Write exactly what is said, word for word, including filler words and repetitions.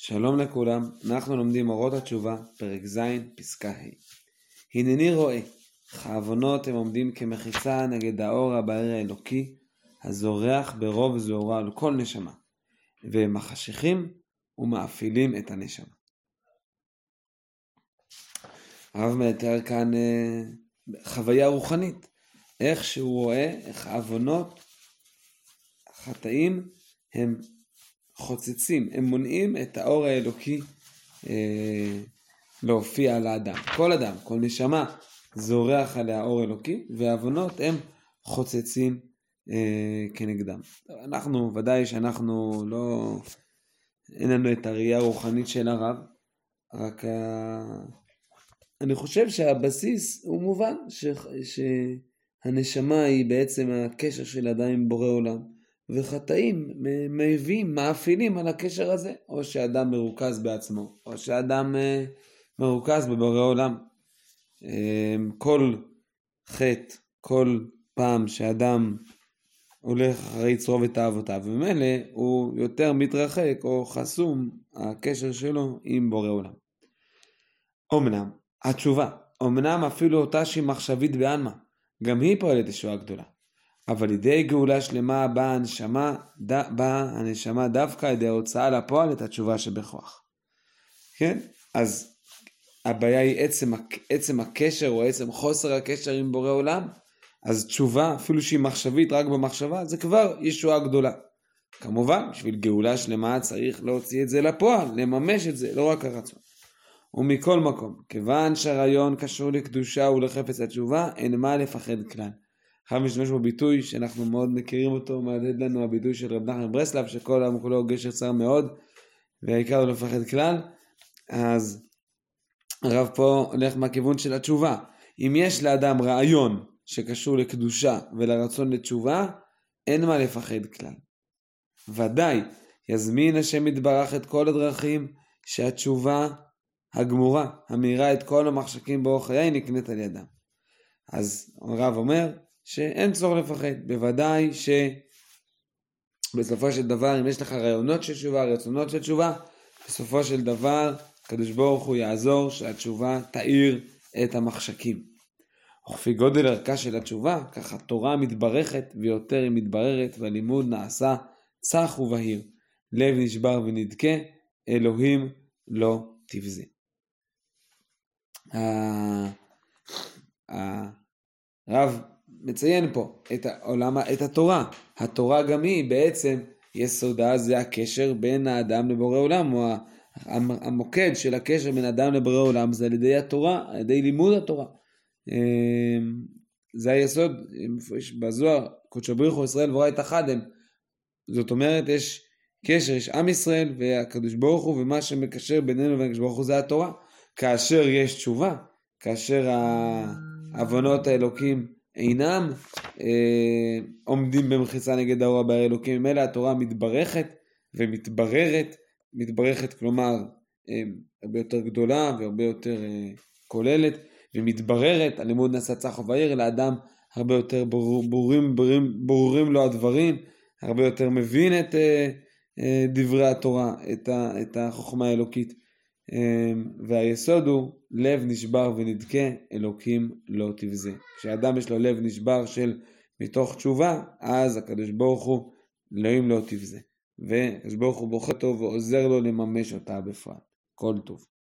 שלום לכולם, אנחנו לומדים אורות התשובה, פרק ז', פסקה ה'. הנני רואה, העוונות הם עומדים כמחיצה נגד האור הבהיר האלוקי, הזורח ברוב זוהרו על כל נשמה, והם מחשיכים ומאפילים את הנשמה. הרב מתאר כאן אה, חוויה רוחנית, איך שהוא רואה, איך העוונות, החטאים, הם חוצצים, הם מונעים את האור האלוקי אה, להופיע על האדם. כל אדם, כל נשמה זורח עליה האור אלוקי, והעוונות הם חוצצים אה, כנגדם. אנחנו, ודאי שאנחנו לא, אין לנו את הראייה הרוחנית של הרב, רק אה, אני חושב שהבסיס הוא מובן, ש, שהנשמה היא בעצם הקשר של אדם עם בורא עולם. וחטאים מביאים, מאפילים על הקשר הזה, או שאדם מרוכז בעצמו, או שאדם מרוכז בבורא עולם. כל חטא, כל פעם שאדם הולך אחרי יצרו ותאוותיו, וממילא הוא יותר מתרחק או חסום הקשר שלו עם בורא עולם. אמנם, התשובה, אמנם אפילו אותה שהיא מחשבית בעלמא, גם היא פועלת ישועה גדולה. אבל לידי גאולה שלמה באה הנשמה, באה הנשמה דווקא לידי ההוצאה לפועל את התשובה שבכוח. כן? אז הבעיה היא עצם, עצם הקשר או עצם חוסר הקשר עם בורא עולם, אז תשובה, אפילו שהיא מחשבית רק במחשבה, זה כבר ישועה גדולה. כמובן, בשביל גאולה שלמה צריך להוציא את זה לפועל, לממש את זה, לא רק הרצון. ומכל מקום, כיוון שהרעיון קשור לקדושה ולחפץ התשובה, אין מה לפחד כלל. חייב משתמש בביטוי שאנחנו מאוד מכירים אותו, מעדד לנו הביטוי של רב נחמן מברסלב, שכל העם כולו גשר צר מאוד, והעיקר לא לפחד כלל. אז הרב פה הולך מהכיוון של התשובה. אם יש לאדם רעיון שקשור לקדושה ולרצון לתשובה, אין מה לפחד כלל. ודאי, יזמין השם יתברך את כל הדרכים שהתשובה הגמורה, המאירה את כל המחשכים באורח חיי, נקנית על ידם. אז הרב אומר, שאין צורך לפחד, בוודאי שבסופו של דבר, אם יש לך רעיונות של תשובה, רצונות של תשובה, בסופו של דבר, הקדוש ברוך הוא יעזור שהתשובה תאיר את המחשכים. וכפי גודל ערכה של התשובה, ככה תורה מתברכת ויותר היא מתבררת, והלימוד נעשה צח ובהיר. לב נשבר ונדכה, אלוהים לא תבזה. הרב מציין פה את העולם, את התורה. התורה גם היא בעצם יסודה, זה הקשר בין האדם לבורא עולם, או המוקד של הקשר בין האדם לבורא עולם, זה על ידי התורה, על ידי לימוד התורה. זה היסוד, בזוהר, קודש בריך הוא ישראל וראה אחד הם. זאת אומרת, יש קשר, יש עם ישראל והקדוש ברוך הוא, ומה שמקשר בינינו לבין הקדוש ברוך הוא זה התורה. כאשר יש תשובה, כאשר העוונות האלוקים אינם אה, עומדים במחיצה נגד האור הבהיר האלוקים, ממילא התורה מתברכת ומתבררת, מתברכת כלומר אה, הרבה יותר גדולה והרבה יותר אה, כוללת, ומתבררת, הלימוד נעשה צח ובהיר, לאדם הרבה יותר ברור, ברורים, ברורים, ברורים לו הדברים, הרבה יותר מבין את אה, אה, דברי התורה, את, ה, את החוכמה האלוקית, אה, והיסוד הוא לב נשבר ונדכה, אלוקים לא תבזה. כשאדם יש לו לב נשבר של מתוך תשובה, אז הקדוש ברוך הוא אלוהים לא תבזה, והקדוש ברוך הוא בוחר טוב ועוזר לו לממש אותה בפרט. כל טוב.